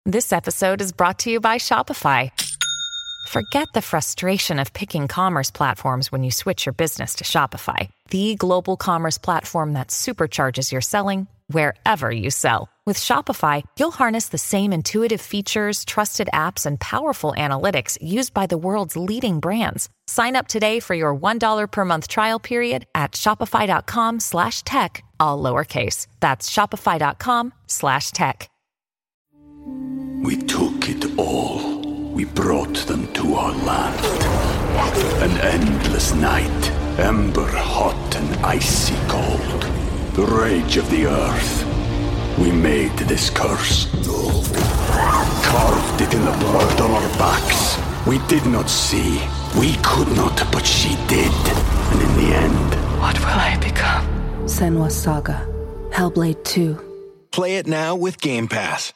This episode is brought to you by Shopify. Forget the frustration of picking commerce platforms when you switch your business to Shopify, the global commerce platform that supercharges your selling wherever you sell. With Shopify, you'll harness the same intuitive features, trusted apps, and powerful analytics used by the world's leading brands. Sign up today for your $1 per month trial period at shopify.com/tech, all lowercase. That's shopify.com/tech. We took it all. We brought them to our land. An endless night, ember hot and icy cold. The rage of the earth. We made this curse. Carved it in the blood on our backs. We did not see. We could not, but she did. And in the end, what will I become? Senua's Saga. Hellblade 2. Play it now with Game Pass.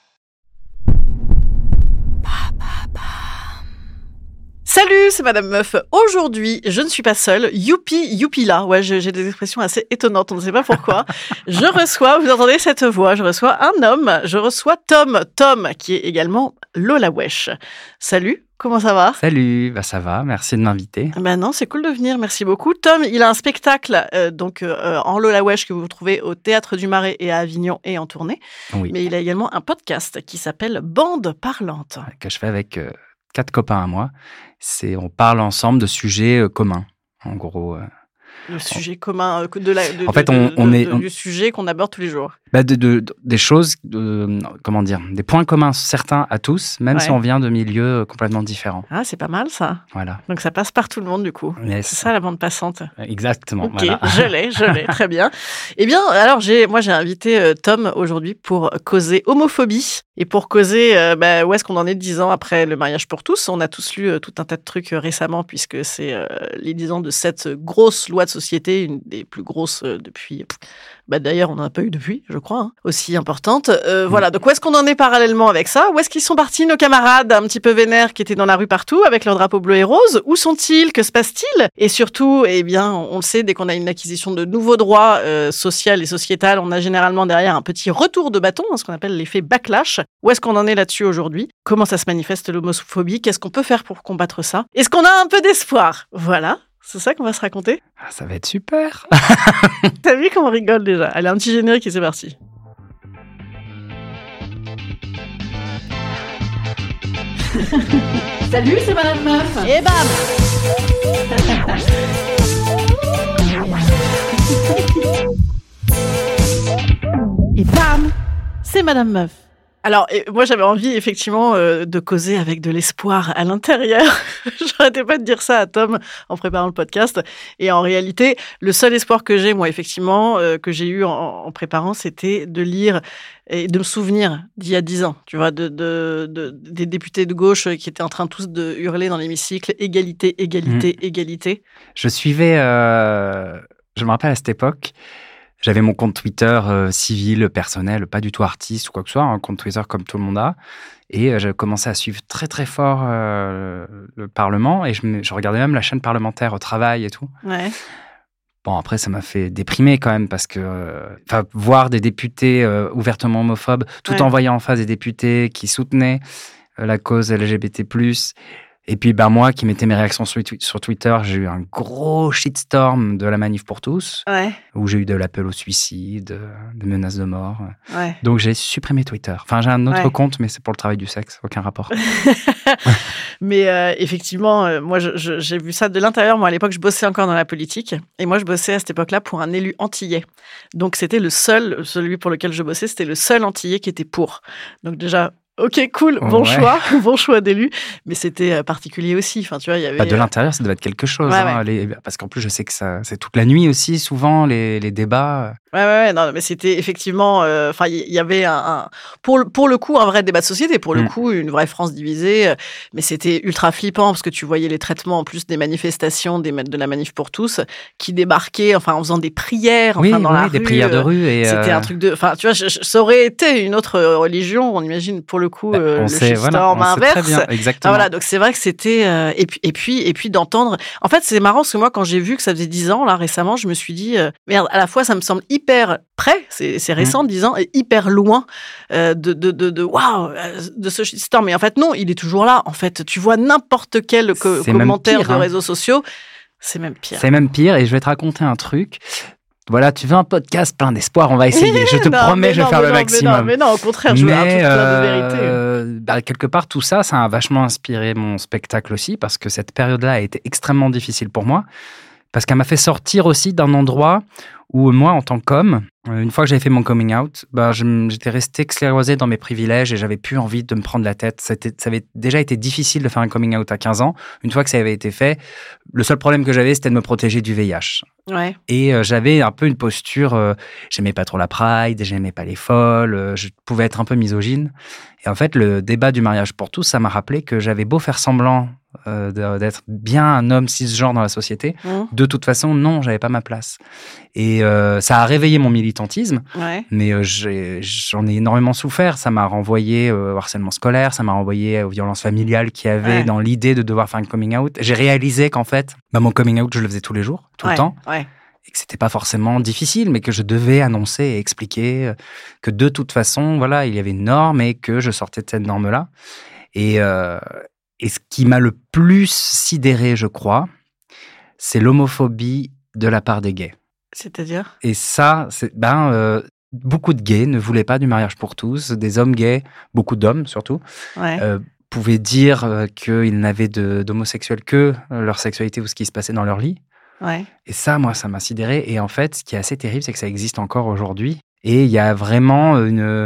Salut, c'est Madame Meuf. Aujourd'hui, je ne suis pas seule. Youpi là. Ouais, j'ai des expressions assez étonnantes, on ne sait pas pourquoi. Je reçois, vous entendez cette voix, je reçois un homme. Je reçois Tom, qui est également Lola Wesh. Salut, comment ça va ? Salut, ça va, merci de m'inviter. Non, c'est cool de venir, merci beaucoup. Tom, il a un spectacle en Lola Wesh que vous trouvez au Théâtre du Marais et à Avignon et en tournée. Oui. Mais il a également un podcast qui s'appelle Bande Parlante. Que je fais avec 4 copains à moi. On parle ensemble de sujets communs, en gros. Le sujet commun du sujet qu'on aborde tous les jours. Des choses, des points communs certains à tous, même si on vient de milieux complètement différents. Ah, c'est pas mal ça. Voilà. Donc ça passe par tout le monde du coup. Yes. C'est ça la bande passante. Exactement. Ok, voilà. je l'ai, très bien. Eh bien, alors j'ai invité Tom aujourd'hui pour causer homophobie et pour causer où est-ce qu'on en est 10 ans après le mariage pour tous. On a tous lu tout un tas de trucs récemment puisque c'est les 10 ans de cette grosse loi de société, une des plus grosses depuis... d'ailleurs, on n'en a pas eu depuis, je crois, aussi importante. Voilà, donc où est-ce qu'on en est parallèlement avec ça ? Où est-ce qu'ils sont partis, nos camarades un petit peu vénères qui étaient dans la rue partout avec leur drapeau bleu et rose ? Où sont-ils ? Que se passe-t-il ? Et surtout, on le sait, dès qu'on a une acquisition de nouveaux droits social et sociétal, on a généralement derrière un petit retour de bâton, ce qu'on appelle l'effet backlash. Où est-ce qu'on en est là-dessus aujourd'hui ? Comment ça se manifeste l'homophobie ? Qu'est-ce qu'on peut faire pour combattre ça ? Est-ce qu'on a un peu d'espoir ? Voilà. C'est ça qu'on va se raconter ? Ça va être super. T'as vu comment on rigole déjà ? Allez, un petit générique et c'est parti. Salut, c'est Madame Meuf. Et bam. Et bam, c'est Madame Meuf. Alors, moi, j'avais envie, effectivement, de causer avec de l'espoir à l'intérieur. J'arrêtais pas de dire ça à Tom en préparant le podcast. Et en réalité, le seul espoir que j'ai, moi, effectivement, que j'ai eu en préparant, c'était de lire et de me souvenir d'il y a 10 ans, tu vois, des députés de gauche qui étaient en train tous de hurler dans l'hémicycle « égalité, égalité, égalité ». Je suivais, je me rappelle à cette époque, j'avais mon compte Twitter civil, personnel, pas du tout artiste ou quoi que ce soit, un compte Twitter comme tout le monde a. Et j'ai commencé à suivre très très fort le Parlement et je regardais même la chaîne parlementaire au travail et tout. Ouais. Bon, après, ça m'a fait déprimer quand même parce que voir des députés ouvertement homophobes tout en voyant en face des députés qui soutenaient la cause LGBT+. Et puis, moi qui mettais mes réactions sur Twitter, j'ai eu un gros shitstorm de la manif pour tous, où j'ai eu de l'appel au suicide, des menaces de mort. Ouais. Donc, j'ai supprimé Twitter. Enfin, j'ai un autre compte, mais c'est pour le travail du sexe, aucun rapport. Mais effectivement, moi, j'ai vu ça de l'intérieur. Moi, à l'époque, je bossais encore dans la politique. Et moi, je bossais à cette époque-là pour un élu antillais. Donc, c'était celui pour lequel je bossais, c'était le seul antillais qui était pour. Donc, déjà... Ok, cool, bon choix d'élu, mais c'était particulier aussi. Enfin, tu vois, il y avait de l'intérieur, ça devait être quelque chose, parce qu'en plus, je sais que c'est toute la nuit aussi, souvent les débats. Non, mais c'était effectivement, il y avait pour le coup un vrai débat de société, pour le coup une vraie France divisée, mais c'était ultra flippant parce que tu voyais les traitements en plus des manifestations, de la manif pour tous, qui débarquaient, en faisant des prières, dans la rue. Des prières de rue et c'était un truc de, tu vois, ça aurait été une autre religion, on imagine pour le coup, on le sait, shitstorm on sait inverse. très bien, exactement. Voilà, donc c'est vrai que c'était et puis d'entendre. En fait, c'est marrant parce que moi, quand j'ai vu que ça faisait 10 ans là récemment, je me suis dit merde. À la fois, ça me semble hyper près, c'est récent, 10 ans, et hyper loin de waouh, de ce shitstorm. Mais en fait, non, il est toujours là. En fait, tu vois n'importe quel commentaire pire, de réseaux sociaux, c'est même pire. C'est même pire. Et je vais te raconter un truc. Voilà, tu veux un podcast plein d'espoir, on va essayer. Je te promets, je vais faire le maximum. Mais non, au contraire, je veux un truc plein de vérité. Quelque part, tout ça, ça a vachement inspiré mon spectacle aussi, parce que cette période-là a été extrêmement difficile pour moi, parce qu'elle m'a fait sortir aussi d'un endroit où moi, en tant qu'homme, une fois que j'avais fait mon coming out, j'étais resté sclérosé dans mes privilèges et j'avais plus envie de me prendre la tête. Ça avait déjà été difficile de faire un coming out à 15 ans. Une fois que ça avait été fait, le seul problème que j'avais, c'était de me protéger du VIH. Ouais. Et j'avais un peu une posture, j'aimais pas trop la pride, j'aimais pas les folles, je pouvais être un peu misogyne. Et en fait, le débat du mariage pour tous, ça m'a rappelé que j'avais beau faire semblant d'être bien un homme cisgenre dans la société, de toute façon, non, j'avais pas ma place. Et ça a réveillé mon militantisme, mais j'en ai énormément souffert. Ça m'a renvoyé au harcèlement scolaire, ça m'a renvoyé aux violences familiales qu'il y avait dans l'idée de devoir faire un coming out. J'ai réalisé qu'en fait, mon coming out, je le faisais tous les jours, tout le temps. Et que c'était pas forcément difficile, mais que je devais annoncer et expliquer que de toute façon, voilà, il y avait une norme et que je sortais de cette norme-là. Et ce qui m'a le plus sidéré, je crois, c'est l'homophobie de la part des gays. C'est-à-dire ? Et ça, beaucoup de gays ne voulaient pas du mariage pour tous. Des hommes gays, beaucoup d'hommes surtout, pouvaient dire qu'ils n'avaient d'homosexuels que leur sexualité ou ce qui se passait dans leur lit. Et ça, moi, ça m'a sidéré. Et en fait, ce qui est assez terrible, c'est que ça existe encore aujourd'hui. Et il y a vraiment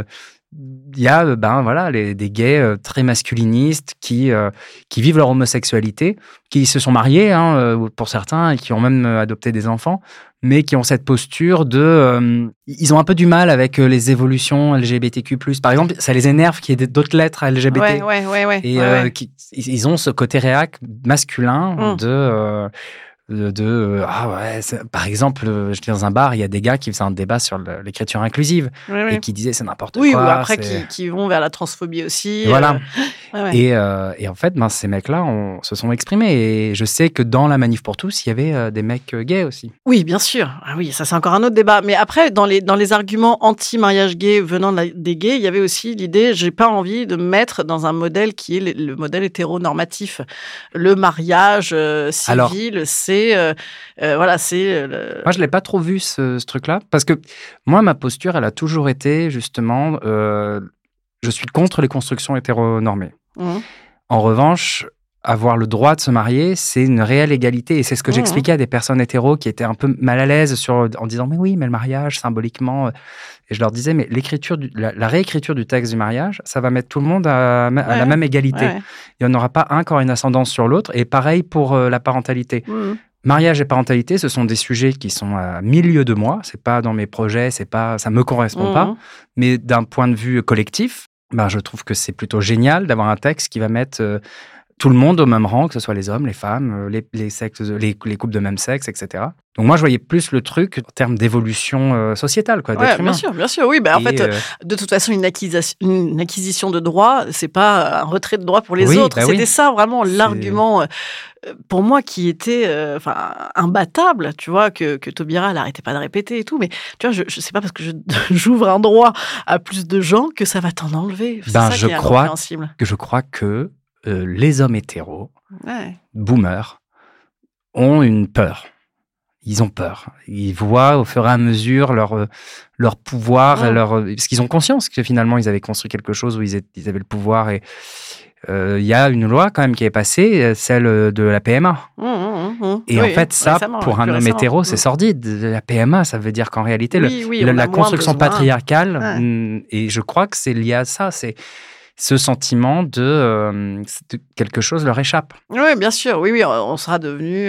des gays très masculinistes qui vivent leur homosexualité, qui se sont mariés, pour certains, et qui ont même adopté des enfants, mais qui ont cette posture ils ont un peu du mal avec les évolutions LGBTQ+. Par exemple, ça les énerve qu'il y ait d'autres lettres à LGBT. Et ils ont ce côté réac masculin par exemple, j'étais dans un bar, il y a des gars qui faisaient un débat sur l'écriture inclusive et qui disaient c'est n'importe quoi. Ou après qui vont vers la transphobie aussi. Voilà. Et en fait, ces mecs-là se sont exprimés. Et je sais que dans la Manif pour tous, il y avait des mecs gays aussi. Oui, bien sûr. Ah oui, ça c'est encore un autre débat. Mais après, dans les arguments anti-mariage gay venant des gays, il y avait aussi l'idée, j'ai pas envie de me mettre dans un modèle qui est le modèle hétéronormatif. Le mariage civil, c'est moi, je l'ai pas trop vu ce truc-là, parce que moi, ma posture, elle a toujours été justement, je suis contre les constructions hétéronormées. En revanche, avoir le droit de se marier, c'est une réelle égalité, et c'est ce que j'expliquais à des personnes hétéros qui étaient un peu mal à l'aise en disant mais oui, mais le mariage symboliquement, et je leur disais mais la réécriture du texte du mariage, ça va mettre tout le monde à la même égalité. Il n'y en aura pas un qui aura une ascendance sur l'autre, et pareil pour la parentalité. Mariage et parentalité, ce sont des sujets qui sont à milieu de moi. C'est pas dans mes projets, ça me correspond pas. Mais d'un point de vue collectif, je trouve que c'est plutôt génial d'avoir un texte qui va mettre tout le monde au même rang, que ce soit les hommes, les femmes, les sexes, les couples de même sexe, etc. Donc moi, je voyais plus le truc en termes d'évolution sociétale, quoi, d'être humain. Bien sûr, oui. En fait, de toute façon, une acquisition de droits, c'est pas un retrait de droits pour les autres. C'était ça vraiment l'argument pour moi qui était imbattable, tu vois, que Taubira n'arrêtait pas de répéter et tout. Mais tu vois, je sais pas parce que j'ouvre un droit à plus de gens que ça va t'en enlever. C'est ça qui est incompréhensible. Je crois que les hommes hétéros, boomers, ont une peur. Ils ont peur. Ils voient au fur et à mesure leur pouvoir, parce qu'ils ont conscience que finalement, ils avaient construit quelque chose où ils avaient le pouvoir. Et il y a une loi quand même qui est passée, celle de la PMA. Et en fait, ça, pour un homme hétéro, c'est sordide. La PMA, ça veut dire qu'en réalité, la construction patriarcale, et je crois que c'est lié à ça, c'est ce sentiment de quelque chose leur échappe. Oui, bien sûr. Oui, on sera devenu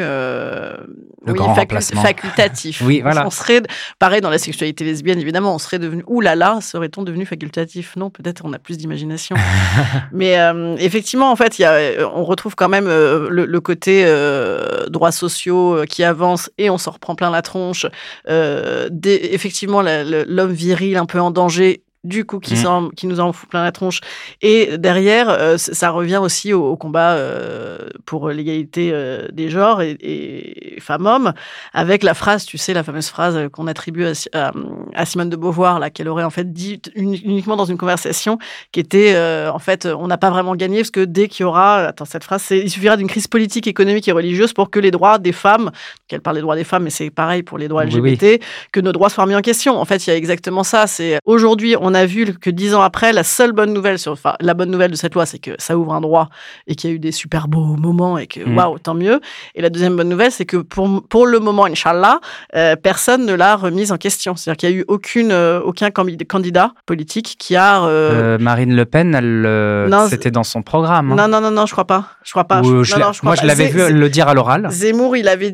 facultatif. Oui, voilà. On serait, pareil dans la sexualité lesbienne, évidemment, on serait devenu, serait-on devenu facultatif ? Non, peut-être on a plus d'imagination. Mais effectivement, en fait, on retrouve quand même le côté droits sociaux qui avance et on s'en reprend plein la tronche. Effectivement, l'homme viril un peu en danger qui nous en fout plein la tronche. Et derrière, ça revient aussi au combat pour l'égalité des genres et femmes-hommes, avec la phrase, tu sais, la fameuse phrase qu'on attribue à Simone de Beauvoir, là, qu'elle aurait en fait dit uniquement dans une conversation, qui était, en fait, on n'a pas vraiment gagné, parce que dès qu'il y aura, cette phrase, il suffira d'une crise politique, économique et religieuse pour que les droits des femmes, qu'elle parle des droits des femmes, mais c'est pareil pour les droits LGBT, que nos droits soient remis en question. En fait, il y a exactement ça. C'est aujourd'hui, on a vu que 10 ans après, la bonne nouvelle de cette loi, c'est que ça ouvre un droit et qu'il y a eu des super beaux moments et que waouh, tant mieux. Et la deuxième bonne nouvelle, c'est que pour le moment, Inch'Allah, personne ne l'a remise en question. C'est-à-dire qu'il n'y a eu aucun candidat politique qui a... Marine Le Pen, c'était dans son programme. Hein. Non, je crois pas. Je l'avais vu le dire à l'oral. Zemmour, il avait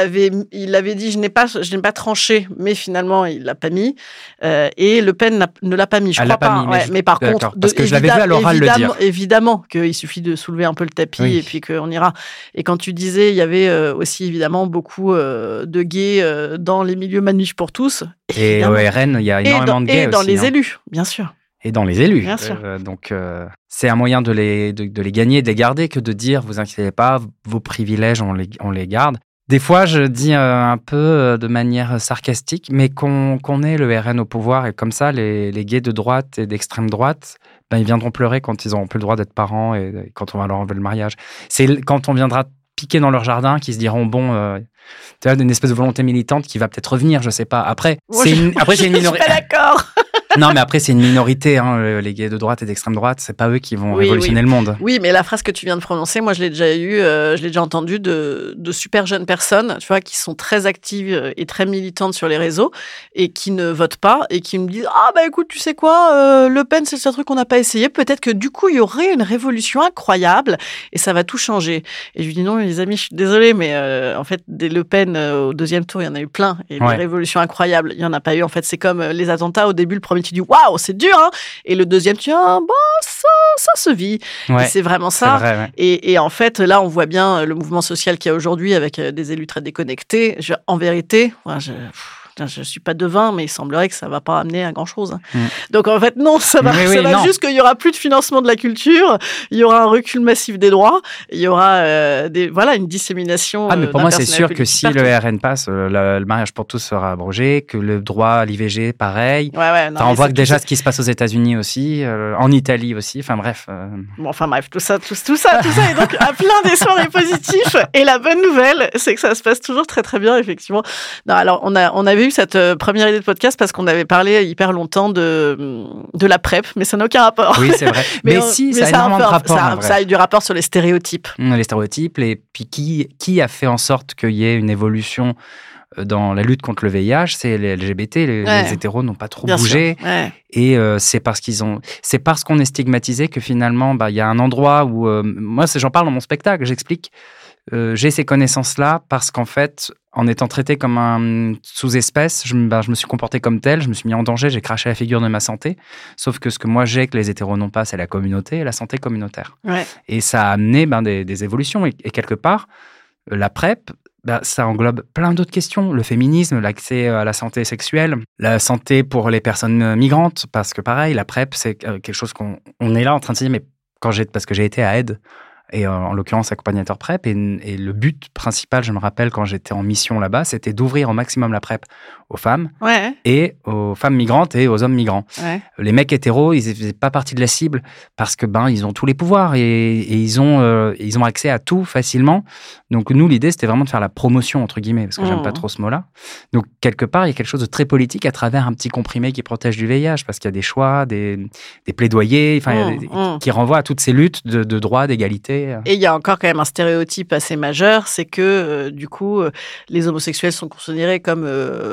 dit je n'ai pas tranché, mais finalement il l'a pas mis. Et Le Pen ne l'a pas mis. Je crois pas. Mais par contre, parce que je l'avais vu à l'oral le dire. Évidemment qu'il suffit de soulever un peu le tapis et puis qu'on ira. Et quand tu disais, il y avait aussi évidemment beaucoup de gays dans les milieux Manif pour tous. Et au RN, il y a énormément de gays aussi. Et dans les élus, bien sûr. Et dans les élus. Bien sûr. Donc, c'est un moyen de les gagner, de les garder, que de dire, vous inquiétez pas, vos privilèges, on les garde. Des fois, je dis un peu de manière sarcastique, mais qu'on ait le RN au pouvoir, et comme ça, les gays de droite et d'extrême droite, ils viendront pleurer quand ils n'auront plus le droit d'être parents et quand on va leur enlever le mariage. C'est quand on viendra piquer dans leur jardin qu'ils se diront, bon... tu as une espèce de volonté militante qui va peut-être revenir, je sais pas. Après, c'est une minorité. Je suis pas d'accord. Non, mais après, c'est une minorité, hein, les gays de droite et d'extrême droite, c'est pas eux qui vont révolutionner le monde. Oui, mais la phrase que tu viens de prononcer, moi, je l'ai déjà entendue de super jeunes personnes, tu vois, qui sont très actives et très militantes sur les réseaux et qui ne votent pas et qui me disent, écoute, tu sais quoi, Le Pen, c'est le seul truc qu'on n'a pas essayé. Peut-être que du coup, il y aurait une révolution incroyable et ça va tout changer. Et je lui dis, non, les amis, je suis désolée, mais en fait, des Le Pen au deuxième tour, il y en a eu plein. Et des révolutions incroyables, il y en a pas eu. En fait, c'est comme les attentats. Au début, le premier, tu dis waouh, c'est dur, hein. Et le deuxième, tu dis ça se vit. Ouais, et c'est vraiment ça. C'est vrai, et en fait, là, on voit bien le mouvement social qu'il y a aujourd'hui avec des élus très déconnectés. En vérité, je suis pas devin, mais il semblerait que ça va pas amener à grand chose. Donc en fait, non, ça va juste qu'il y aura plus de financement de la culture, il y aura un recul massif des droits, il y aura une dissémination. Mais pour moi, c'est sûr que si le RN passe, le mariage pour tous sera abrogé, que le droit à l'IVG, pareil. On voit que déjà ce qui se passe aux États-Unis aussi, en Italie aussi. Enfin bref. Tout ça. Et donc à plein d'espoirs et positifs. Et la bonne nouvelle, c'est que ça se passe toujours très très bien, effectivement. Non, alors on avait eu cette première idée de podcast parce qu'on avait parlé hyper longtemps de la PrEP, mais ça n'a aucun rapport. Oui, c'est vrai. mais ça a énormément de rapport. Ça a eu du rapport sur les stéréotypes. Les stéréotypes, et puis qui a fait en sorte qu'il y ait une évolution dans la lutte contre le VIH, c'est les LGBT, les hétéros n'ont pas trop bougé. Et c'est parce qu'on est stigmatisé que finalement, il y a un endroit où... moi, j'en parle dans mon spectacle, j'explique. J'ai ces connaissances-là parce qu'en fait, en étant traité comme un sous-espèce, je me suis comporté comme tel, je me suis mis en danger, j'ai craché la figure de ma santé. Sauf que ce que moi j'ai, que les hétéros n'ont pas, c'est la communauté et la santé communautaire. Et ça a amené des évolutions. Et quelque part, la PrEP, ça englobe plein d'autres questions. Le féminisme, l'accès à la santé sexuelle, la santé pour les personnes migrantes. Parce que pareil, la PrEP, c'est quelque chose qu'on est là en train de se dire, mais parce que j'ai été à Aide, et en l'occurrence accompagnateur PrEP, et le but principal, je me rappelle quand j'étais en mission là-bas, c'était d'ouvrir au maximum la PrEP aux femmes et aux femmes migrantes et aux hommes migrants. Les mecs hétéros, ils ne faisaient pas partie de la cible parce que ils ont tous les pouvoirs et ils ont accès à tout facilement. Donc nous, l'idée, c'était vraiment de faire la promotion, entre guillemets, parce que j'aime pas trop ce mot-là. Donc quelque part, il y a quelque chose de très politique à travers un petit comprimé qui protège du VIH, parce qu'il y a des choix, des plaidoyers, qui renvoient à toutes ces luttes de droit, d'égalité. Et il y a encore quand même un stéréotype assez majeur, c'est que du coup, les homosexuels sont considérés comme...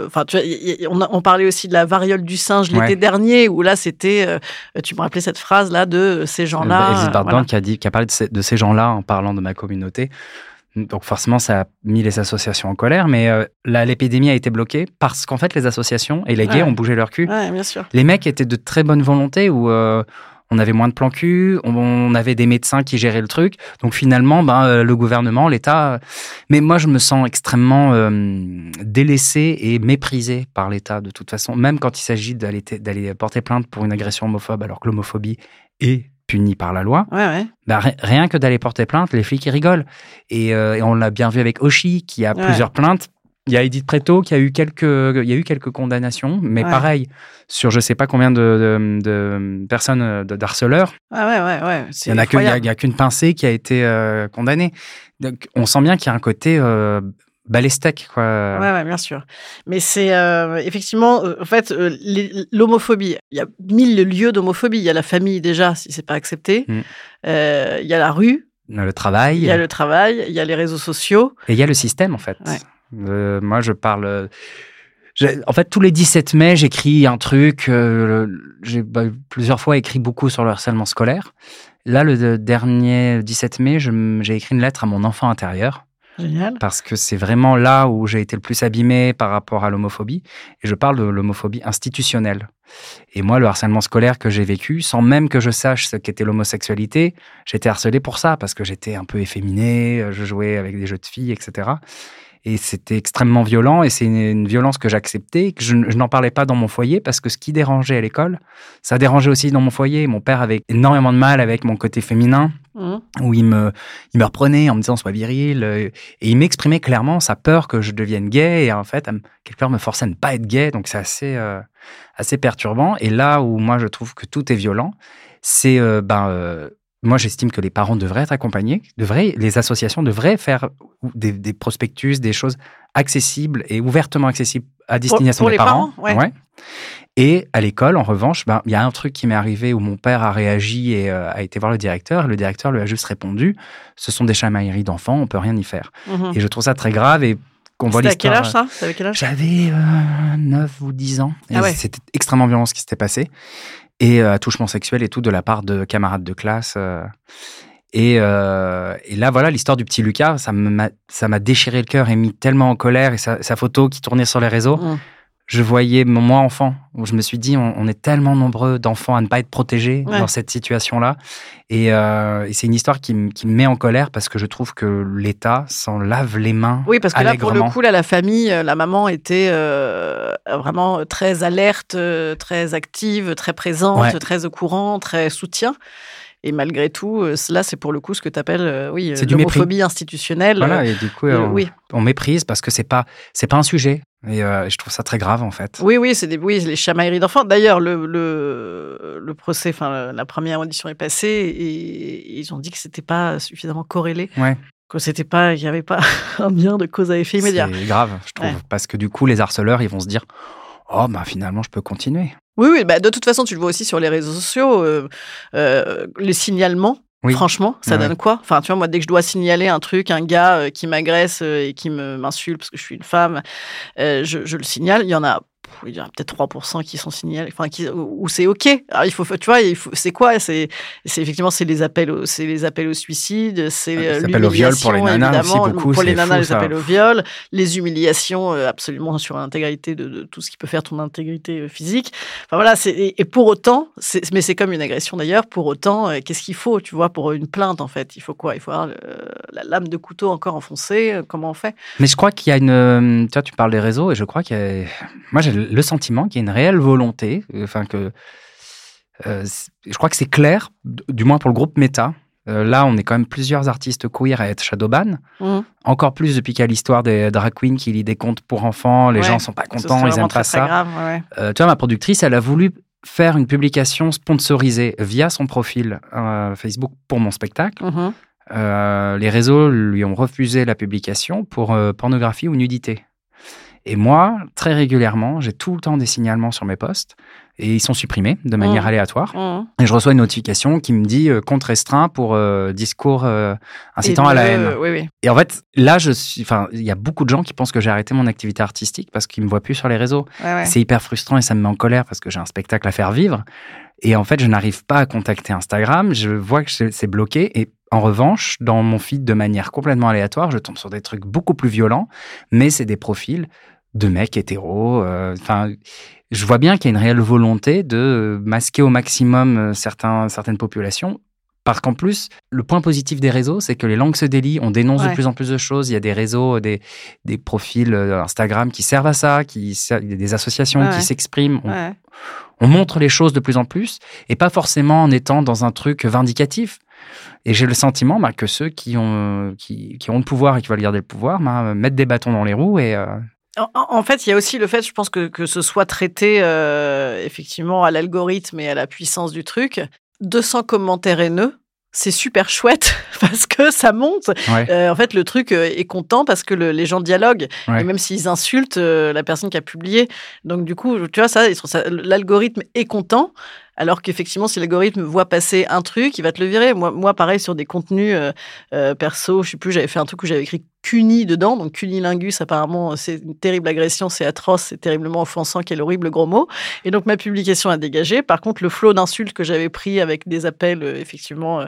on parlait aussi de la variole du singe l'été dernier, où là, c'était... tu me rappelais cette phrase-là de ces gens-là... Edith Bardban qui a parlé de ces gens-là en parlant de ma communauté. Donc forcément, ça a mis les associations en colère, mais l'épidémie a été bloquée parce qu'en fait, les associations et les gays ont bougé leur cul. Bien sûr. Les mecs étaient de très bonne volonté, où on avait moins de plans cul, on avait des médecins qui géraient le truc. Donc finalement, le gouvernement, l'État... Mais moi, je me sens extrêmement délaissé et méprisé par l'État, de toute façon. Même quand il s'agit d'aller porter plainte pour une agression homophobe, alors que l'homophobie est punie par la loi. Ouais. Rien que d'aller porter plainte, les flics, ils rigolent. Et on l'a bien vu avec Oshi, qui a plusieurs plaintes. Il y a Edith Preto qui a eu quelques condamnations, mais pareil, sur je ne sais pas combien de personnes, d'harceleurs. Ouais. Il n'y a qu'une pincée qui a été condamnée. Donc, on sent bien qu'il y a un côté balèstec, quoi. Ouais, bien sûr. Mais c'est effectivement, en fait, l'homophobie. Il y a 1000 lieux d'homophobie. Il y a la famille, déjà, si ce n'est pas accepté. Il y a la rue. Le travail. Il y a le travail. Il y a les réseaux sociaux. Et il y a le système, en fait. Ouais. Moi, je parle... En fait, tous les 17 mai, j'écris un truc. J'ai plusieurs fois écrit beaucoup sur le harcèlement scolaire. Là, le dernier 17 mai, j'ai écrit une lettre à mon enfant intérieur. Génial. Parce que c'est vraiment là où j'ai été le plus abîmé par rapport à l'homophobie. Et je parle de l'homophobie institutionnelle. Et moi, le harcèlement scolaire que j'ai vécu, sans même que je sache ce qu'était l'homosexualité, j'étais harcelé pour ça, parce que j'étais un peu efféminé, je jouais avec des jeux de filles, etc. Et c'était extrêmement violent, et c'est une violence que j'acceptais, que je n'en parlais pas dans mon foyer, parce que ce qui dérangeait à l'école, ça dérangeait aussi dans mon foyer. Mon père avait énormément de mal avec mon côté féminin, où il me reprenait en me disant « sois viril », et il m'exprimait clairement sa peur que je devienne gay, et en fait, quelque part, me forçait à ne pas être gay, donc c'est assez perturbant. Et là où moi, je trouve que tout est violent, c'est... moi, j'estime que les parents devraient être accompagnés, les associations devraient faire des prospectus, des choses accessibles et ouvertement accessibles à destination des parents. Ouais. Et à l'école, en revanche, il y a un truc qui m'est arrivé où mon père a réagi et a été voir le directeur. Le directeur lui a juste répondu « ce sont des chamailleries d'enfants, on ne peut rien y faire ». Et je trouve ça très grave et qu'on voit l'histoire... C'était à quel âge, ça? T'avais quel âge? J'avais 9 ou 10 ans. Et c'était extrêmement violent ce qui s'était passé. Et attouchement sexuel et tout de la part de camarades de classe. Et là, voilà, l'histoire du petit Lucas, ça m'a déchiré le cœur et mis tellement en colère. Et sa photo qui tournait sur les réseaux, je voyais moi enfant, où je me suis dit, on est tellement nombreux d'enfants à ne pas être protégés dans cette situation-là. Et c'est une histoire qui me met en colère parce que je trouve que l'État s'en lave les mains. Oui, parce que là, pour le coup, la famille, la maman était vraiment très alerte, très active, très présente, très au courant, très soutien. Et malgré tout, là, c'est pour le coup ce que tu appelles l'homophobie institutionnelle. Voilà, et du coup, on méprise parce que c'est pas un sujet. Et je trouve ça très grave, en fait. Oui, c'est les chamailleries d'enfants. D'ailleurs, le procès, la première audition est passée et ils ont dit que c'était pas suffisamment corrélé. Ouais. Il n'y avait pas un lien de cause à effet immédiat. C'est grave, je trouve. Parce que du coup, les harceleurs, ils vont se dire « oh, finalement, je peux continuer ». Oui, de toute façon, tu le vois aussi sur les réseaux sociaux, les signalements. Oui. Franchement, ça donne quoi? Enfin, tu vois, moi, dès que je dois signaler un truc, un gars qui m'agresse et qui m'insulte parce que je suis une femme, je le signale. Il y en a peut-être 3% qui sont signalés, où c'est OK. Alors, c'est quoi? C'est effectivement, c'est les appels au suicide, c'est l'appel au viol pour les nanas aussi beaucoup. Pour les nanas, les appels au viol, les humiliations absolument sur l'intégrité de tout ce qui peut faire ton intégrité physique. Enfin voilà, et pour autant, mais c'est comme une agression d'ailleurs, pour autant, qu'est-ce qu'il faut, tu vois, pour une plainte en fait? Il faut quoi? Il faut avoir la lame de couteau encore enfoncée, comment on fait? Mais je crois qu'il y a une... Tu vois, tu parles des réseaux et je crois qu'il y a... Moi, j'ai le sentiment qu'il y a une réelle volonté, je crois que c'est clair, du moins pour le groupe Meta. Là, on est quand même plusieurs artistes queer à être shadowban. Encore plus depuis qu'il y a l'histoire des drag queens qui lit des contes pour enfants. Les gens ne sont pas contents, ils n'aiment pas ça. Grave, tu vois, ma productrice, elle a voulu faire une publication sponsorisée via son profil Facebook pour mon spectacle. Les réseaux lui ont refusé la publication pour pornographie ou nudité. Et moi, très régulièrement, j'ai tout le temps des signalements sur mes posts et ils sont supprimés de manière aléatoire. Et je reçois une notification qui me dit compte restreint pour discours incitant à la haine. Oui. Et en fait, là, il y a beaucoup de gens qui pensent que j'ai arrêté mon activité artistique parce qu'ils me voient plus sur les réseaux. C'est hyper frustrant et ça me met en colère parce que j'ai un spectacle à faire vivre. Et en fait, je n'arrive pas à contacter Instagram. Je vois que c'est bloqué et en revanche, dans mon feed de manière complètement aléatoire, je tombe sur des trucs beaucoup plus violents, mais c'est des profils de mecs hétéros. je vois bien qu'il y a une réelle volonté de masquer au maximum certaines populations. Parce qu'en plus, le point positif des réseaux, c'est que les langues se délient, on dénonce de plus en plus de choses. Il y a des réseaux, des profils Instagram qui servent à ça, il y a des associations qui s'expriment. On montre les choses de plus en plus, et pas forcément en étant dans un truc vindicatif. Et j'ai le sentiment que ceux qui ont le pouvoir et qui veulent garder le pouvoir mettent des bâtons dans les roues et... En fait, il y a aussi le fait, je pense, que ce soit traité effectivement à l'algorithme et à la puissance du truc. 200 commentaires haineux, c'est super chouette parce que ça monte. En fait, le truc est content parce que les gens dialoguent. Et même s'ils insultent la personne qui a publié. Donc, du coup, tu vois, l'algorithme est content. Alors qu'effectivement, si l'algorithme voit passer un truc, il va te le virer. Moi pareil, sur des contenus perso, je sais plus, j'avais fait un truc où j'avais écrit cuni dedans. Donc, cunilingus, apparemment, c'est une terrible agression, c'est atroce, c'est terriblement offensant, quel horrible gros mot. Et donc, ma publication a dégagé. Par contre, le flot d'insultes que j'avais pris avec des appels, effectivement,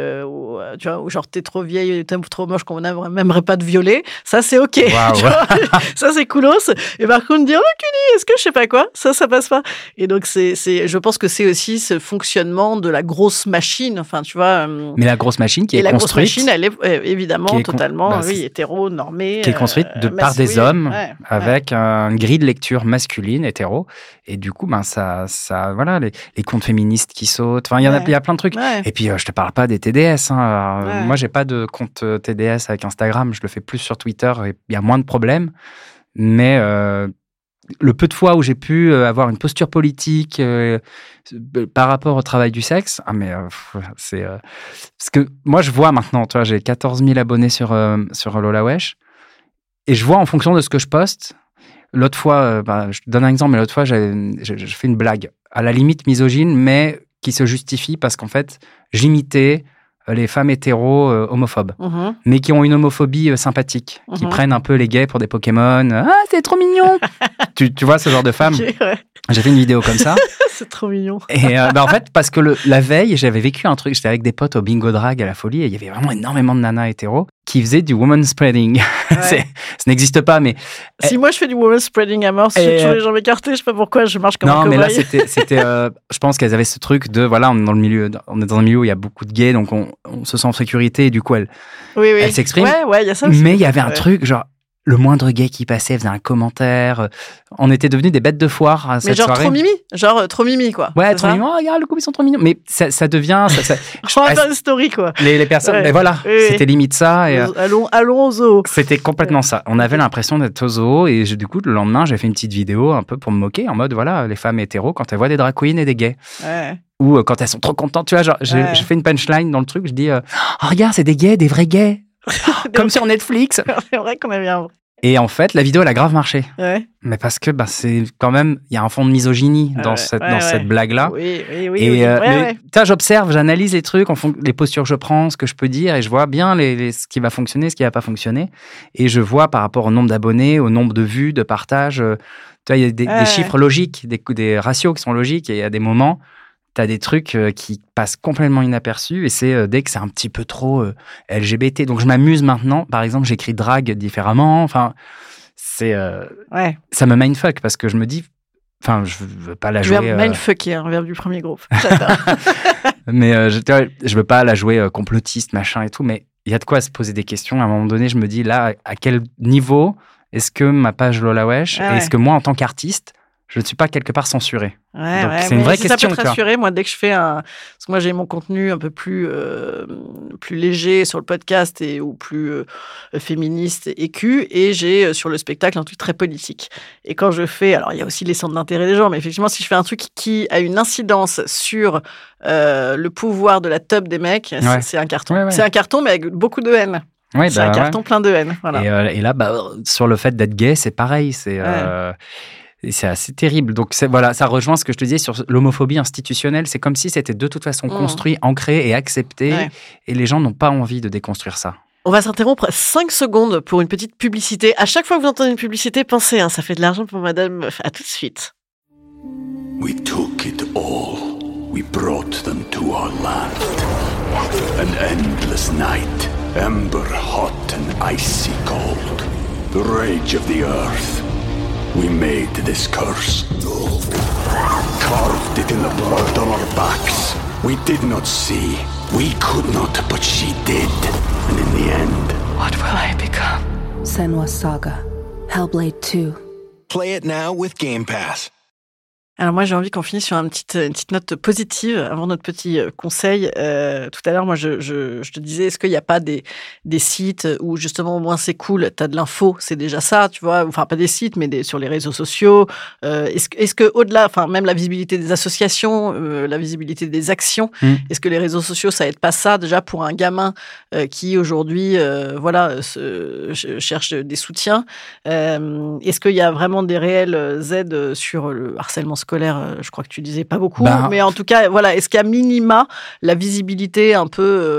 tu vois, genre, t'es trop vieille, t'es trop moche, qu'on n'aimerait pas te violer, ça, c'est OK. Wow. Ça, c'est coolos. Et par contre, dire, cuni, est-ce que je sais pas quoi, ça passe pas. Et donc, je pense que c'est aussi ce fonctionnement de la grosse machine, enfin, tu vois. Mais la grosse machine qui est construite. La grosse machine, elle est évidemment totalement, hétéro, normée. Qui est construite par des hommes avec une grille de lecture masculine, hétéro. Et du coup, ça voilà, les comptes féministes qui sautent. Enfin, il y a plein de trucs. Et puis, je te parle pas des TDS. Moi, j'ai pas de compte TDS avec Instagram. Je le fais plus sur Twitter. Et il y a moins de problèmes. Mais le peu de fois où j'ai pu avoir une posture politique par rapport au travail du sexe, c'est parce que moi je vois maintenant, tu vois, j'ai 14 000 abonnés sur Lola Wesh, et je vois en fonction de ce que je poste. L'autre fois, je te donne un exemple, mais l'autre fois je fais une blague à la limite misogyne, mais qui se justifie parce qu'en fait j'imitais les femmes hétéros homophobes, mais qui ont une homophobie sympathique, qui prennent un peu les gays pour des Pokémon. Ah, c'est trop mignon. tu vois ce genre de femmes. J'ai fait une vidéo comme ça. C'est trop mignon. Et en fait, parce que la veille, j'avais vécu un truc. J'étais avec des potes au bingo drag à la Folie, et il y avait vraiment énormément de nanas hétéros qui faisaient du woman spreading. Ça n'existe pas, mais... Si moi, je fais du woman spreading à mort, j'ai toujours les jambes écartées, je sais pas pourquoi, je marche comme un cobaye. Non, mais là, c'était je pense qu'elles avaient ce truc de, voilà, on est dans un milieu où il y a beaucoup de gays, donc on se sent en sécurité, et du coup, elles s'expriment. Ouais, il y a ça aussi. Mais il y avait un truc, genre, le moindre gay qui passait faisait un commentaire. On était devenus des bêtes de foire à cette soirée. Trop mimi, quoi. Ouais, trop mimi. Oh, regarde, le couple, ils sont trop mignons. Mais ça devient... On va faire une story, quoi. Les personnes... Mais voilà, c'était limite ça. Et, allons au zoo. C'était complètement ça. On avait l'impression d'être au zoo. Et du coup, le lendemain, j'ai fait une petite vidéo un peu pour me moquer, en mode, voilà, les femmes hétéros, quand elles voient des drag queens et des gays. Ou quand elles sont trop contentes. Tu vois, genre, j'ai fait une punchline dans le truc. Je dis, oh, regarde, c'est des gays, des vrais gays. Comme sur Netflix. C'est vrai qu'on avait un vrai. Et en fait, la vidéo, elle a grave marché. Mais parce que c'est quand même, il y a un fond de misogynie dans cette blague-là. Oui. J'observe, j'analyse les trucs, les postures que je prends, ce que je peux dire, et je vois bien ce qui va fonctionner, ce qui va pas fonctionner. Et je vois par rapport au nombre d'abonnés, au nombre de vues, de partages. Il y a des chiffres logiques, des ratios qui sont logiques, et il y a des moments, tu as des trucs qui passent complètement inaperçus, et c'est dès que c'est un petit peu trop LGBT. Donc je m'amuse maintenant. Par exemple, j'écris drague différemment. Enfin, ça me mindfuck parce que je me dis, enfin, je veux pas la jouer. Mindfucker, un verbe du premier groupe. Mais je veux pas la jouer complotiste, machin et tout. Mais il y a de quoi se poser des questions. À un moment donné, je me dis là, à quel niveau est-ce que ma page Lola Wesh, est-ce que moi, en tant qu'artiste, je ne suis pas quelque part censuré. Donc, c'est une vraie question. Ça peut te rassurer, moi, dès que je fais parce que moi, j'ai mon contenu un peu plus léger sur le podcast ou plus féministe et cul, et j'ai sur le spectacle un truc très politique. Et quand je fais... Alors, il y a aussi les centres d'intérêt des gens, mais effectivement, si je fais un truc qui a une incidence sur le pouvoir de la teub des mecs, c'est un carton. C'est un carton, mais avec beaucoup de haine. C'est un carton plein de haine. Voilà. Et là, sur le fait d'être gay, c'est pareil. Et c'est assez terrible. Donc, voilà, ça rejoint ce que je te disais sur l'homophobie institutionnelle. C'est comme si c'était de toute façon construit, ancré et accepté. Et les gens n'ont pas envie de déconstruire ça. On va s'interrompre 5 secondes pour une petite publicité. À chaque fois que vous entendez une publicité, pensez, ça fait de l'argent pour Madame Meuf. À tout de suite. We took it all. We brought them to our land. An endless night, ember hot and icy cold. The rage of the earth. we made this curse. Carved it in the blood on our backs. We did not see. We could not, but she did. And in the end... What will I become? Senua's Saga. Hellblade 2. Play it now with Game Pass. Alors moi, j'ai envie qu'on finisse sur une petite note positive avant notre petit conseil. Tout à l'heure, moi, je te disais, est-ce qu'il n'y a pas des sites où justement au moins c'est cool, t'as de l'info, c'est déjà ça, tu vois. Enfin, pas des sites, mais sur les réseaux sociaux. Est-ce que au-delà, enfin même la visibilité des associations, la visibilité des actions, est-ce que les réseaux sociaux ça aide pas ça déjà pour un gamin qui aujourd'hui, cherche des soutiens. Est-ce qu'il y a vraiment des réelles aides sur le harcèlement scolaire? Je crois que tu disais pas beaucoup, mais en tout cas, voilà, est-ce qu'à minima, la visibilité un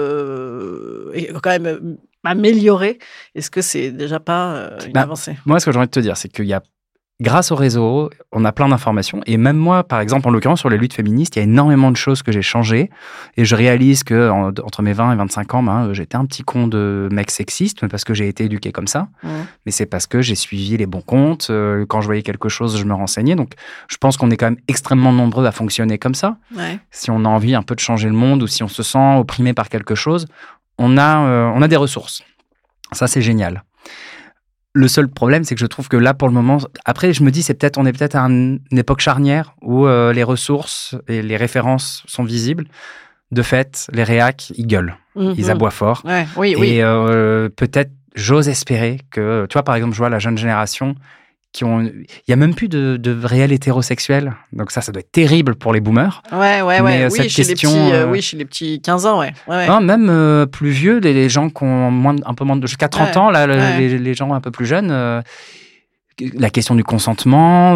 peu est quand même améliorée? Est-ce que c'est déjà pas une avancée? Moi, ce que j'ai envie de te dire, c'est qu'il y a, grâce au réseau, on a plein d'informations. Et même moi, par exemple, en l'occurrence, sur les luttes féministes, il y a énormément de choses que j'ai changées. Et je réalise que entre mes 20 et 25 ans, j'étais un petit con de mec sexiste, mais parce que j'ai été éduqué comme ça. Mais c'est parce que j'ai suivi les bons comptes. Quand je voyais quelque chose, je me renseignais. Donc, je pense qu'on est quand même extrêmement nombreux à fonctionner comme ça. Ouais. Si on a envie un peu de changer le monde ou si on se sent opprimé par quelque chose, on a des ressources. Ça, c'est génial. Le seul problème, c'est que je trouve que là, pour le moment... Après, je me dis, on est peut-être à une époque charnière où les ressources et les références sont visibles. De fait, les réacs, ils gueulent. Ils aboient fort. Ouais, oui. Peut-être, j'ose espérer que... Tu vois, par exemple, je vois la jeune génération il n'y a même plus de réels hétérosexuels. Donc ça doit être terrible pour les boomers. Ouais. Mais oui, chez les petits 15 ans, ouais. Non, même plus vieux, les gens qui ont un peu moins de... Jusqu'à 30 ans, là, les gens un peu plus jeunes, la question du consentement...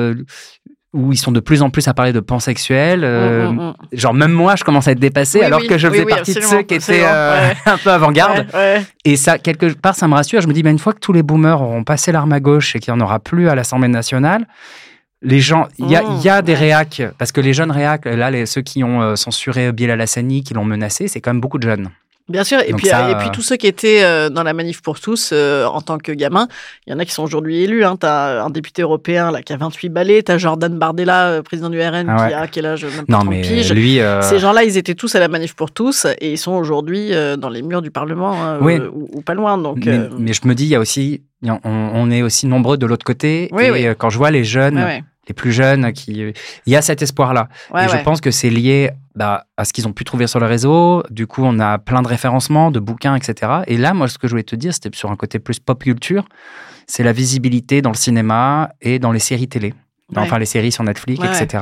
où ils sont de plus en plus à parler de pansexuels. Genre, même moi, je commence à être dépassé, que je faisais partie de ceux qui étaient un peu avant-garde. Ouais. Et ça, quelque part, ça me rassure. Je me dis, une fois que tous les boomers auront passé l'arme à gauche et qu'il n'y en aura plus à l'Assemblée nationale, les gens, il y a des réacs, parce que les jeunes réacs, là, ceux qui ont censuré Bilal Hassani, qui l'ont menacé, c'est quand même beaucoup de jeunes. Bien sûr, et puis tous ceux qui étaient dans la manif pour tous en tant que gamins, il y en a qui sont aujourd'hui élus. T'as un député européen là qui a 28 balais, t'as Jordan Bardella, président du RN, qui a quel âge, même pas 30 piges. Lui, ces gens-là, ils étaient tous à la manif pour tous et ils sont aujourd'hui dans les murs du Parlement ou pas loin. Donc, mais je me dis, il y a aussi, on est aussi nombreux de l'autre côté. Quand je vois les jeunes. Les plus jeunes, il y a cet espoir-là. Je pense que c'est lié à ce qu'ils ont pu trouver sur le réseau. Du coup, on a plein de référencements, de bouquins, etc. Et là, moi, ce que je voulais te dire, c'était sur un côté plus pop culture, c'est la visibilité dans le cinéma et dans les séries télé. Enfin, les séries sur Netflix, etc.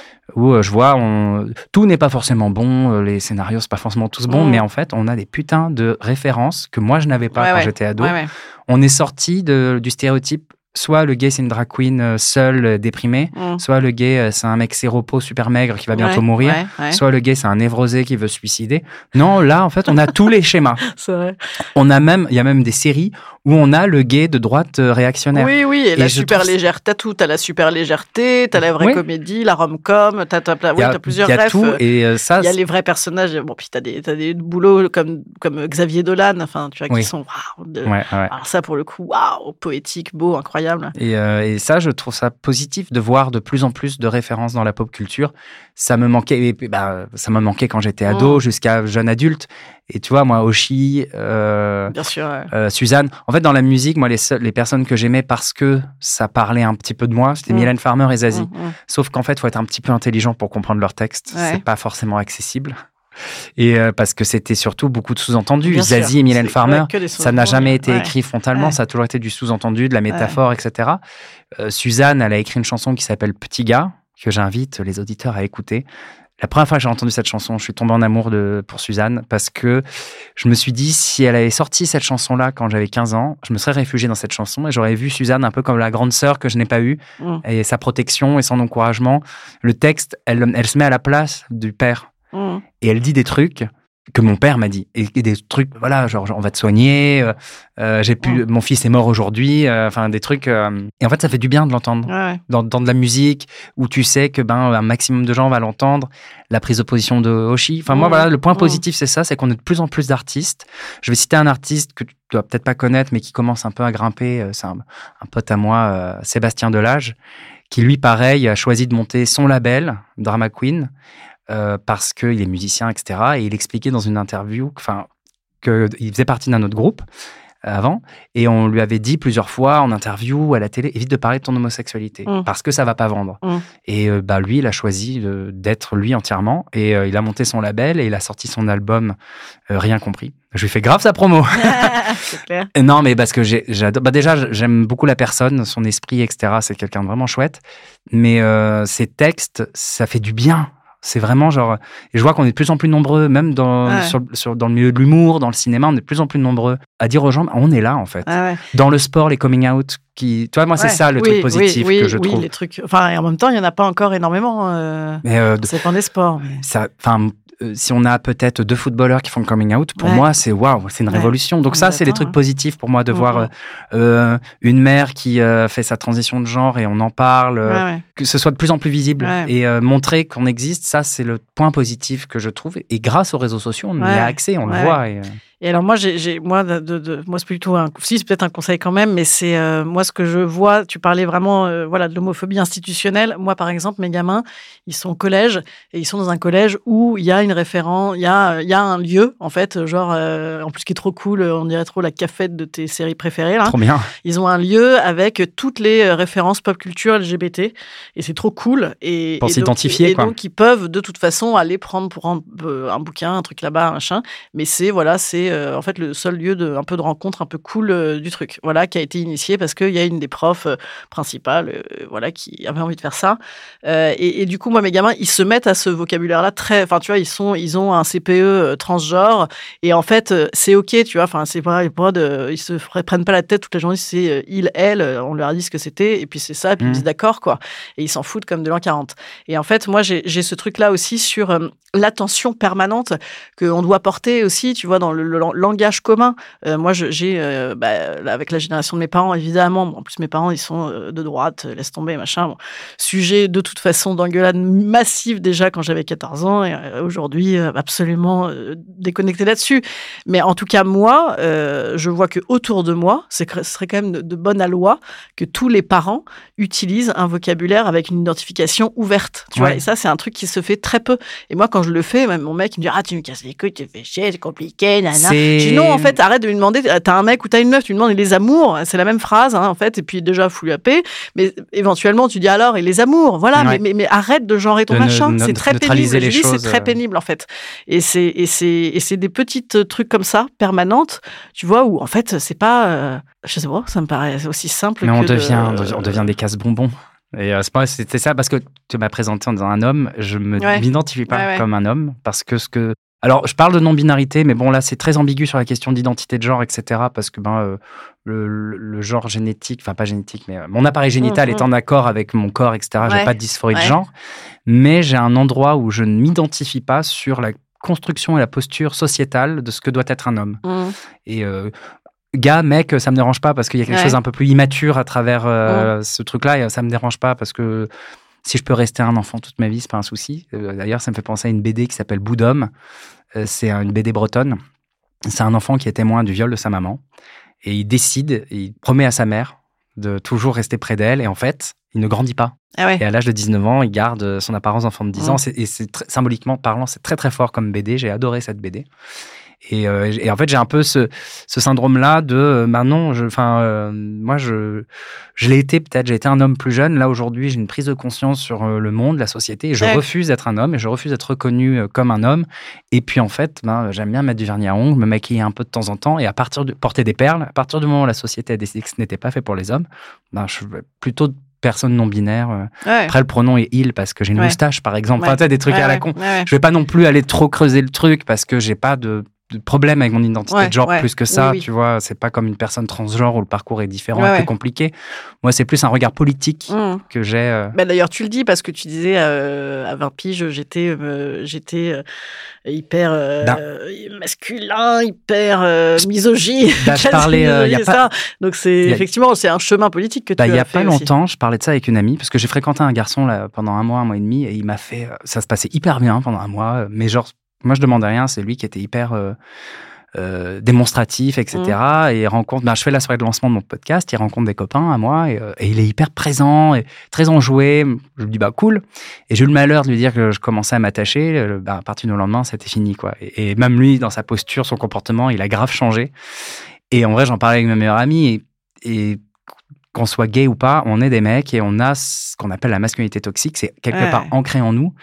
Où je vois, tout n'est pas forcément bon, les scénarios, c'est pas forcément tous bons, mais en fait, on a des putains de références que moi, je n'avais pas quand j'étais ado. On est sorti du stéréotype. Soit le gay, c'est une drag queen seule, déprimée. Soit le gay, c'est un mec séropo super maigre qui va bientôt mourir. Soit le gay, c'est un névrosé qui veut se suicider. Non, là, en fait, on a tous les schémas. C'est vrai. Il y a même des séries où on a le gay de droite réactionnaire. Oui, et la super légèreté. T'as la super légèreté, t'as la vraie comédie, la rom-com, t'as plusieurs refs. Il y a tout, et ça... Il y a les vrais personnages. Bon, puis t'as des boulots comme Xavier Dolan, enfin, tu vois, qui sont... Alors ça, pour le coup, poétique, beau, incroyable. Et ça, je trouve ça positif de voir de plus en plus de références dans la pop culture. Ça me manquait, quand j'étais ado jusqu'à jeune adulte. Et tu vois, moi, Oshi, bien sûr, Suzanne. En fait, dans la musique, moi, les personnes que j'aimais parce que ça parlait un petit peu de moi, c'était Mylène Farmer et Zazie. Sauf qu'en fait, il faut être un petit peu intelligent pour comprendre leurs textes. C'est pas forcément accessible. Et parce que c'était surtout beaucoup de sous-entendus. Zazie et Mylène Farmer, ça n'a jamais été écrit frontalement, ça a toujours été du sous-entendu, de la métaphore, etc. Suzanne, elle a écrit une chanson qui s'appelle Petit gars, que j'invite les auditeurs à écouter. La première fois que j'ai entendu cette chanson, je suis tombé en amour pour Suzanne, parce que je me suis dit, si elle avait sorti cette chanson-là quand j'avais 15 ans, je me serais réfugié dans cette chanson et j'aurais vu Suzanne un peu comme la grande sœur que je n'ai pas eue, et sa protection et son encouragement. Le texte, elle se met à la place du père. Et elle dit des trucs que mon père m'a dit. Et des trucs, voilà, genre on va te soigner, mon fils est mort aujourd'hui, enfin des trucs. Et en fait, ça fait du bien de l'entendre. Dans de la musique, où tu sais que un maximum de gens va l'entendre. La prise de position de Hoshi. Enfin, moi, voilà, le point positif, c'est ça, c'est qu'on est de plus en plus d'artistes. Je vais citer un artiste que tu dois peut-être pas connaître, mais qui commence un peu à grimper. C'est un pote à moi, Sébastien Delage, qui lui, pareil, a choisi de monter son label, Drama Queen, parce qu'il est musicien, etc. Et il expliquait dans une interview qu'il faisait partie d'un autre groupe avant, et on lui avait dit plusieurs fois en interview, à la télé, évite de parler de ton homosexualité, parce que ça va pas vendre. Et lui, il a choisi d'être lui entièrement, et il a monté son label, et il a sorti son album Rien compris. Je lui fais grave sa promo. C'est clair. Et non, mais parce que j'adore. Déjà, j'aime beaucoup la personne, son esprit, etc. C'est quelqu'un de vraiment chouette. Mais ses textes, ça fait du bien. C'est vraiment genre... Et je vois qu'on est de plus en plus nombreux, même dans le milieu de l'humour, dans le cinéma, on est de plus en plus nombreux à dire aux gens, on est là, en fait. Dans le sport, les coming out, tu vois, moi, c'est ça le truc positif que je trouve. Oui, les trucs... Enfin, et en même temps, il n'y en a pas encore énormément. Ça dépend des sports. Mais... si on a peut-être 2 footballeurs qui font le coming out, pour moi, c'est waouh, c'est une révolution. Donc ça, c'est les trucs positifs pour moi de voir une mère qui fait sa transition de genre et on en parle, que ce soit de plus en plus visible et montrer qu'on existe. Ça, c'est le point positif que je trouve. Et grâce aux réseaux sociaux, on y a accès, on le voit. Et alors moi, moi c'est plutôt c'est peut-être un conseil quand même, mais c'est moi ce que je vois. Tu parlais vraiment de l'homophobie institutionnelle. Moi, par exemple, mes gamins, ils sont au collège et ils sont dans un collège où il y a une référence, il y a un lieu en fait, genre en plus qui est trop cool, on dirait trop la cafette de tes séries préférées là. Trop bien. Ils ont un lieu avec toutes les références pop culture LGBT et c'est trop cool. Et pour s'identifier quoi. Et donc ils peuvent de toute façon aller prendre pour un bouquin, un truc là-bas, machin. Mais c'est en fait le seul lieu un peu de rencontre un peu cool du truc, qui a été initié parce qu'il y a une des profs principales qui avait envie de faire ça. Et du coup, moi, mes gamins, ils se mettent à ce vocabulaire-là très... Enfin, tu vois, ils ont un CPE transgenre et en fait, c'est OK, tu vois. Enfin, c'est pas ils se prennent pas la tête toute la journée, c'est il, elle, on leur a dit ce que c'était et puis c'est ça, puis ils disent d'accord, quoi. Et ils s'en foutent comme de l'an 40. Et en fait, moi, j'ai ce truc-là aussi sur l'attention permanente qu'on doit porter aussi, tu vois, dans le langage commun. Moi, j'ai, avec la génération de mes parents, évidemment, en plus mes parents, ils sont de droite, laisse tomber, machin. Bon, sujet de toute façon d'engueulade massive déjà quand j'avais 14 ans et aujourd'hui, absolument déconnecté là-dessus. Mais en tout cas, moi, je vois que autour de moi, ce serait quand même de bonne loi que tous les parents utilisent un vocabulaire avec une identification ouverte. Tu vois, et ça, c'est un truc qui se fait très peu. Et moi, quand je le fais, même mon mec, il me dit tu me casses les couilles, tu fais chier, c'est compliqué, nana. Je dis non, en fait, arrête de lui demander, t'as un mec ou t'as une meuf, tu lui demandes les amours, c'est la même phrase, en fait, et puis déjà, fous-lui la paix, mais éventuellement, tu dis alors, et les amours, voilà, mais arrête de genrer ton machin, c'est très pénible, c'est très pénible, en fait. Et c'est des petites trucs comme ça, permanentes, tu vois, où, en fait, c'est pas, je sais pas, ça me paraît aussi simple mais on devient des casse-bonbons. Et c'était ça, parce que tu m'as présenté en disant un homme, je m'identifie pas comme un homme, parce que alors, je parle de non-binarité, mais bon, là, c'est très ambigu sur la question d'identité de genre, etc. Parce que le genre génétique, enfin pas génétique, mais mon appareil génital est en accord avec mon corps, etc. J'ai pas de dysphorie de genre, mais j'ai un endroit où je ne m'identifie pas sur la construction et la posture sociétale de ce que doit être un homme. Et gars, mec, ça me dérange pas parce qu'il y a quelque chose un peu plus immature à travers ce truc-là, et ça me dérange pas parce que si je peux rester un enfant toute ma vie, c'est pas un souci. D'ailleurs, ça me fait penser à une BD qui s'appelle Bout d'homme. C'est une BD bretonne. C'est un enfant qui est témoin du viol de sa maman. Et il promet à sa mère de toujours rester près d'elle. Et en fait, il ne grandit pas. Et à l'âge de 19 ans, il garde son apparence d'enfant de 10 ans. Et symboliquement parlant, c'est très très fort comme BD. J'ai adoré cette BD. Et en fait, j'ai un peu ce syndrome-là de non, moi, je l'ai été peut-être, j'ai été un homme plus jeune. Là, aujourd'hui, j'ai une prise de conscience sur le monde, la société, et je refuse d'être un homme, et je refuse d'être reconnu comme un homme. Et puis, en fait, j'aime bien mettre du vernis à ongles, me maquiller un peu de temps en temps, et porter des perles. À partir du moment où la société a décidé que ce n'était pas fait pour les hommes, je suis plutôt personne non binaire. Après, le pronom est il parce que j'ai une moustache, par exemple. Enfin, des trucs à la con. Je vais pas non plus aller trop creuser le truc parce que j'ai pas de de problème avec mon identité de genre plus que ça, oui. tu vois. C'est pas comme une personne transgenre où le parcours est différent et plus compliqué. Moi, c'est plus un regard politique que j'ai. D'ailleurs, tu le dis parce que tu disais à 20 piges, j'étais hyper masculin, hyper misogyne. Je parlais. Donc, effectivement, c'est un chemin politique que tu as fait. Il y a pas longtemps, je parlais de ça avec une amie parce que j'ai fréquenté un garçon là, pendant un mois et demi et il m'a fait. Ça se passait hyper bien pendant un mois, mais genre. Moi, je demandais rien, c'est lui qui était hyper démonstratif, etc. Et il rencontre, je fais la soirée de lancement de mon podcast, il rencontre des copains à moi et il est hyper présent et très enjoué. Je lui dis, cool. Et j'ai eu le malheur de lui dire que je commençais à m'attacher. À partir du lendemain, c'était fini, quoi. Et même lui, dans sa posture, son comportement, il a grave changé. Et en vrai, j'en parlais avec ma meilleure amie et qu'on soit gay ou pas, on est des mecs et on a ce qu'on appelle la masculinité toxique. C'est quelque part ancré en nous.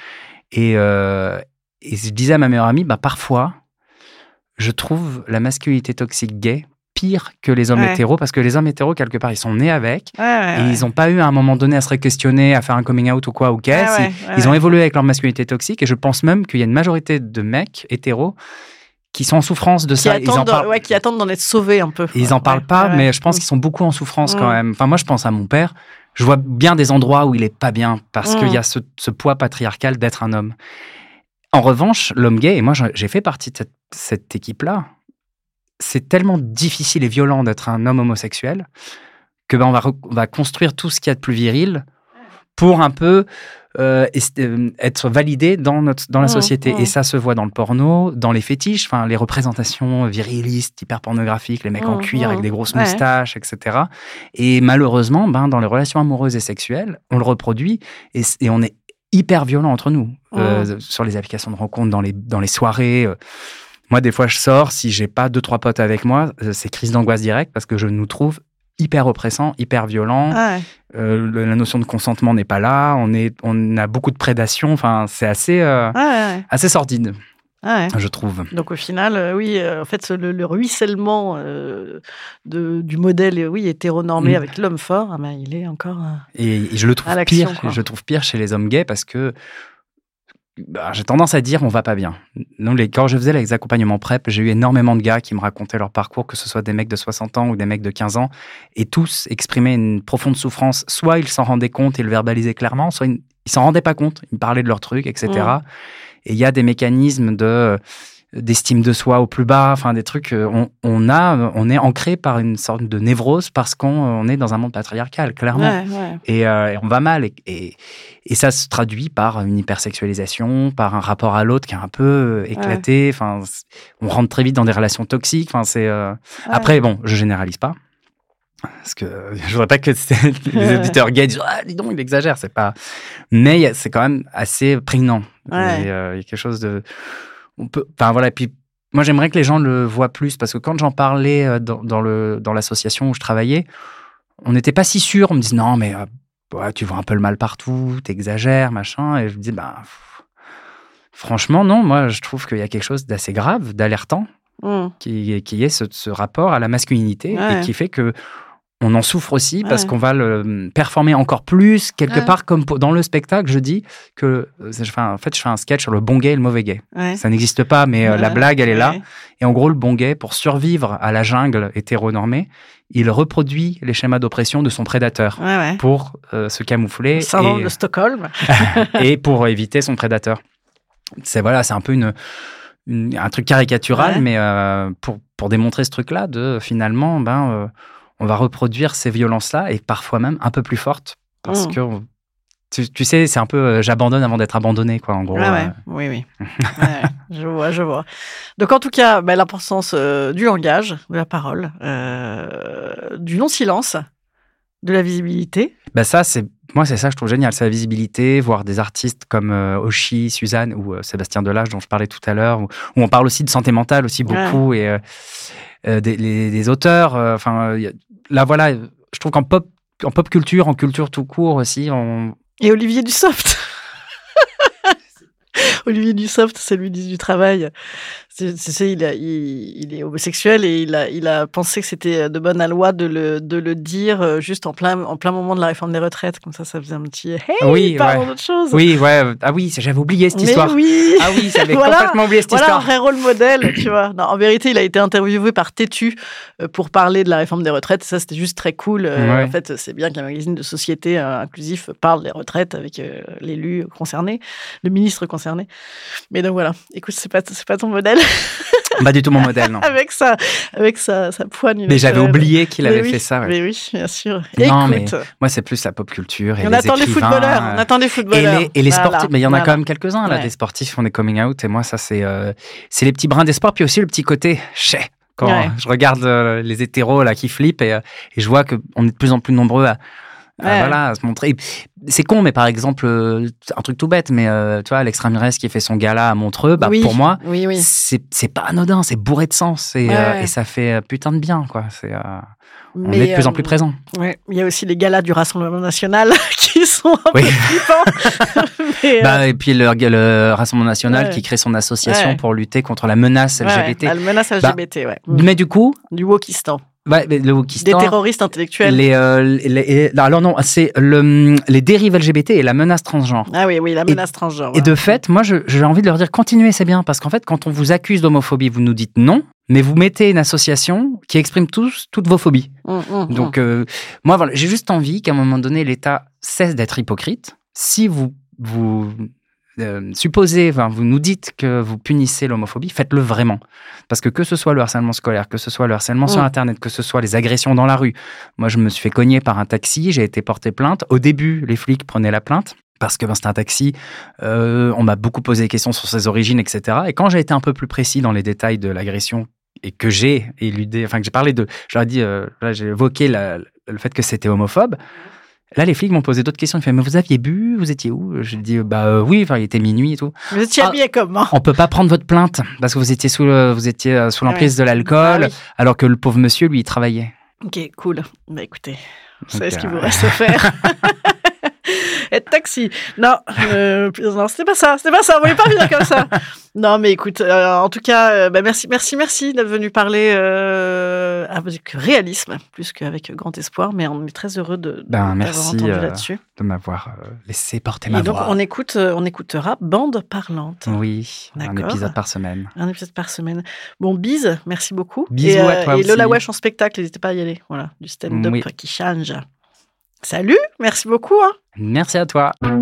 Et je disais à ma meilleure amie, parfois, je trouve la masculinité toxique gay pire que les hommes hétéros, parce que les hommes hétéros, quelque part, ils sont nés avec, et ils n'ont pas eu à un moment donné à se questionner, à faire un coming out ou quoi, ou qu'est-ce. Ils ont évolué avec leur masculinité toxique, et je pense même qu'il y a une majorité de mecs hétéros qui sont en souffrance de ça. Qui attendent d'en être sauvés un peu. Ils n'en parlent pas, mais je pense qu'ils sont beaucoup en souffrance quand même. Enfin, moi, je pense à mon père. Je vois bien des endroits où il n'est pas bien, parce qu'il y a ce poids patriarcal d'être un homme. En revanche, l'homme gay, et moi j'ai fait partie de cette équipe-là, c'est tellement difficile et violent d'être un homme homosexuel que on va construire tout ce qu'il y a de plus viril pour un peu être validé dans la société. Et ça se voit dans le porno, dans les fétiches, les représentations virilistes, hyper pornographiques, les mecs en cuir avec des grosses moustaches, etc. Et malheureusement, dans les relations amoureuses et sexuelles, on le reproduit et on est hyper violent entre nous, sur les applications de rencontres, dans les soirées. Moi, des fois, je sors, si j'ai pas 2-3 potes avec moi, c'est crise d'angoisse directe parce que je nous trouve hyper oppressants, hyper violents. La notion de consentement n'est pas là. On a beaucoup de prédation. Enfin, c'est assez sordide. Je trouve. Donc au final, en fait, le ruissellement du modèle hétéronormé avec l'homme fort, il est encore et je le trouve pire. Je le trouve pire chez les hommes gays parce que j'ai tendance à dire on va pas bien. Quand je faisais les accompagnements PrEP, j'ai eu énormément de gars qui me racontaient leur parcours, que ce soit des mecs de 60 ans ou des mecs de 15 ans, et tous exprimaient une profonde souffrance. Soit ils s'en rendaient compte et le verbalisaient clairement, soit ils s'en rendaient pas compte. Ils me parlaient de leurs trucs, etc. Et il y a des mécanismes d'estime de soi au plus bas, des trucs. On est ancré par une sorte de névrose parce qu'on est dans un monde patriarcal, clairement. Et on va mal. Et ça se traduit par une hypersexualisation, par un rapport à l'autre qui est un peu éclaté. On rentre très vite dans des relations toxiques. Après, je généralise pas. Parce que je voudrais pas que les auditeurs gays disent dis donc il exagère, c'est pas. Mais c'est quand même assez prégnant. Il y a quelque chose de. Puis moi j'aimerais que les gens le voient plus parce que quand j'en parlais dans l'association où je travaillais, on n'était pas si sûr. On me disait non mais tu vois un peu le mal partout, t'exagères machin. Et je me disais franchement non, moi je trouve qu'il y a quelque chose d'assez grave, d'alertant, qui est ce rapport à la masculinité et qui fait que on en souffre aussi parce qu'on va le performer encore plus quelque part comme dans le spectacle. Je dis que je fais un sketch sur le bon gay et le mauvais gay. Ça n'existe pas, mais la blague elle est là. Et en gros, le bon gay, pour survivre à la jungle hétéronormée, il reproduit les schémas d'oppression de son prédateur pour se camoufler. Syndrome de Stockholm. Et pour éviter son prédateur. C'est un peu un truc caricatural, mais pour démontrer ce truc-là de finalement on va reproduire ces violences-là et parfois même un peu plus fortes parce que tu sais, c'est un peu j'abandonne avant d'être abandonné, quoi, en gros. Oui. Je vois. Donc en tout cas, l'importance du langage, de la parole, du non-silence, de la visibilité. Ça, c'est ça que je trouve génial, c'est la visibilité, voir des artistes comme Oshi, Suzanne ou Sébastien Delage dont je parlais tout à l'heure, où on parle aussi de santé mentale aussi beaucoup et des auteurs. Là, voilà, je trouve qu'en pop culture, en culture tout court aussi, Et Olivier Dussopt. Olivier Dussopt, c'est le ministre du Travail. Il est homosexuel et il a pensé que c'était de bonne loi de le dire juste en plein moment de la réforme des retraites. Comme ça faisait un petit hey, parlons d'autre chose. Oui, ouais. Ah oui, j'avais oublié cette histoire. Oui. Ah oui, j'avais complètement oublié cette histoire. Voilà un vrai rôle modèle, tu vois. Non, en vérité, il a été interviewé par Tétu pour parler de la réforme des retraites. Ça, c'était juste très cool. En fait, c'est bien qu'un magazine de société inclusif parle des retraites avec l'élu concerné, le ministre concerné. Mais donc voilà, écoute, c'est pas ton modèle. Pas du tout mon modèle, non. avec sa poigne. Mais j'avais oublié qu'il avait fait ça. Ouais. Mais oui, bien sûr. Non, mais moi, c'est plus la pop culture et on les attend écrivains. On attend des footballeurs. Et les sportifs. Mais il y en a quand même quelques-uns, là, des sportifs qui font des coming out. Et moi, ça, c'est les petits brins des sports. Puis aussi le petit côté quand je regarde les hétéros là, qui flippent et je vois qu'on est de plus en plus nombreux à se montrer. C'est con, mais par exemple, un truc tout bête, mais tu vois, Alex Ramirez qui fait son gala à Montreux, pour moi, c'est pas anodin, c'est bourré de sens et ça fait putain de bien, quoi. On est de plus en plus présent. Ouais. Il y a aussi les galas du Rassemblement National qui sont un peu flippants. Et puis le Rassemblement National qui crée son association pour lutter contre la menace LGBT. La menace LGBT, Mais du coup... Du wokistan. Le wokistan, des terroristes intellectuels. Alors non, c'est les dérives LGBT et la menace transgenre. Ah oui, la menace transgenre. Et de fait, moi, j'ai envie de leur dire, continuez, c'est bien, parce qu'en fait, quand on vous accuse d'homophobie, vous nous dites non, mais vous mettez une association qui exprime toutes vos phobies. Donc, moi, voilà, j'ai juste envie qu'à un moment donné, l'État cesse d'être hypocrite. Si vous supposez, vous nous dites que vous punissez l'homophobie, faites-le vraiment. Parce que ce soit le harcèlement scolaire, que ce soit le harcèlement sur Internet, que ce soit les agressions dans la rue. Moi, je me suis fait cogner par un taxi, j'ai été porté plainte. Au début, les flics prenaient la plainte parce que c'était un taxi. On m'a beaucoup posé des questions sur ses origines, etc. Et quand j'ai été un peu plus précis dans les détails de l'agression et que j'ai éludé, que j'ai parlé je leur ai dit, j'ai évoqué le fait que c'était homophobe. Là, les flics m'ont posé d'autres questions. Ils m'ont fait, mais vous aviez bu? Vous étiez où? J'ai dit, oui, il était minuit et tout. Vous étiez habillé comment? On peut pas prendre votre plainte parce que vous étiez sous l'emprise de l'alcool, alors que le pauvre monsieur, lui, il travaillait. Ok, cool. Écoutez, vous savez ce qu'il vous reste à faire. Être taxi. Non, c'était pas ça. On voulait pas venir comme ça. Non, mais écoute, en tout cas, merci d'être venu parler avec réalisme, plus qu'avec grand espoir, mais on est très heureux d'avoir entendu là-dessus. De m'avoir laissé porter ma voix. Et donc, on écoutera Bande Parlante. Oui, un épisode par semaine. Bon, bise, merci beaucoup. Bisous à toi aussi. Et Lola Wesh en spectacle, n'hésitez pas à y aller. Voilà, du stand-up qui change. Salut, merci beaucoup. Merci à toi.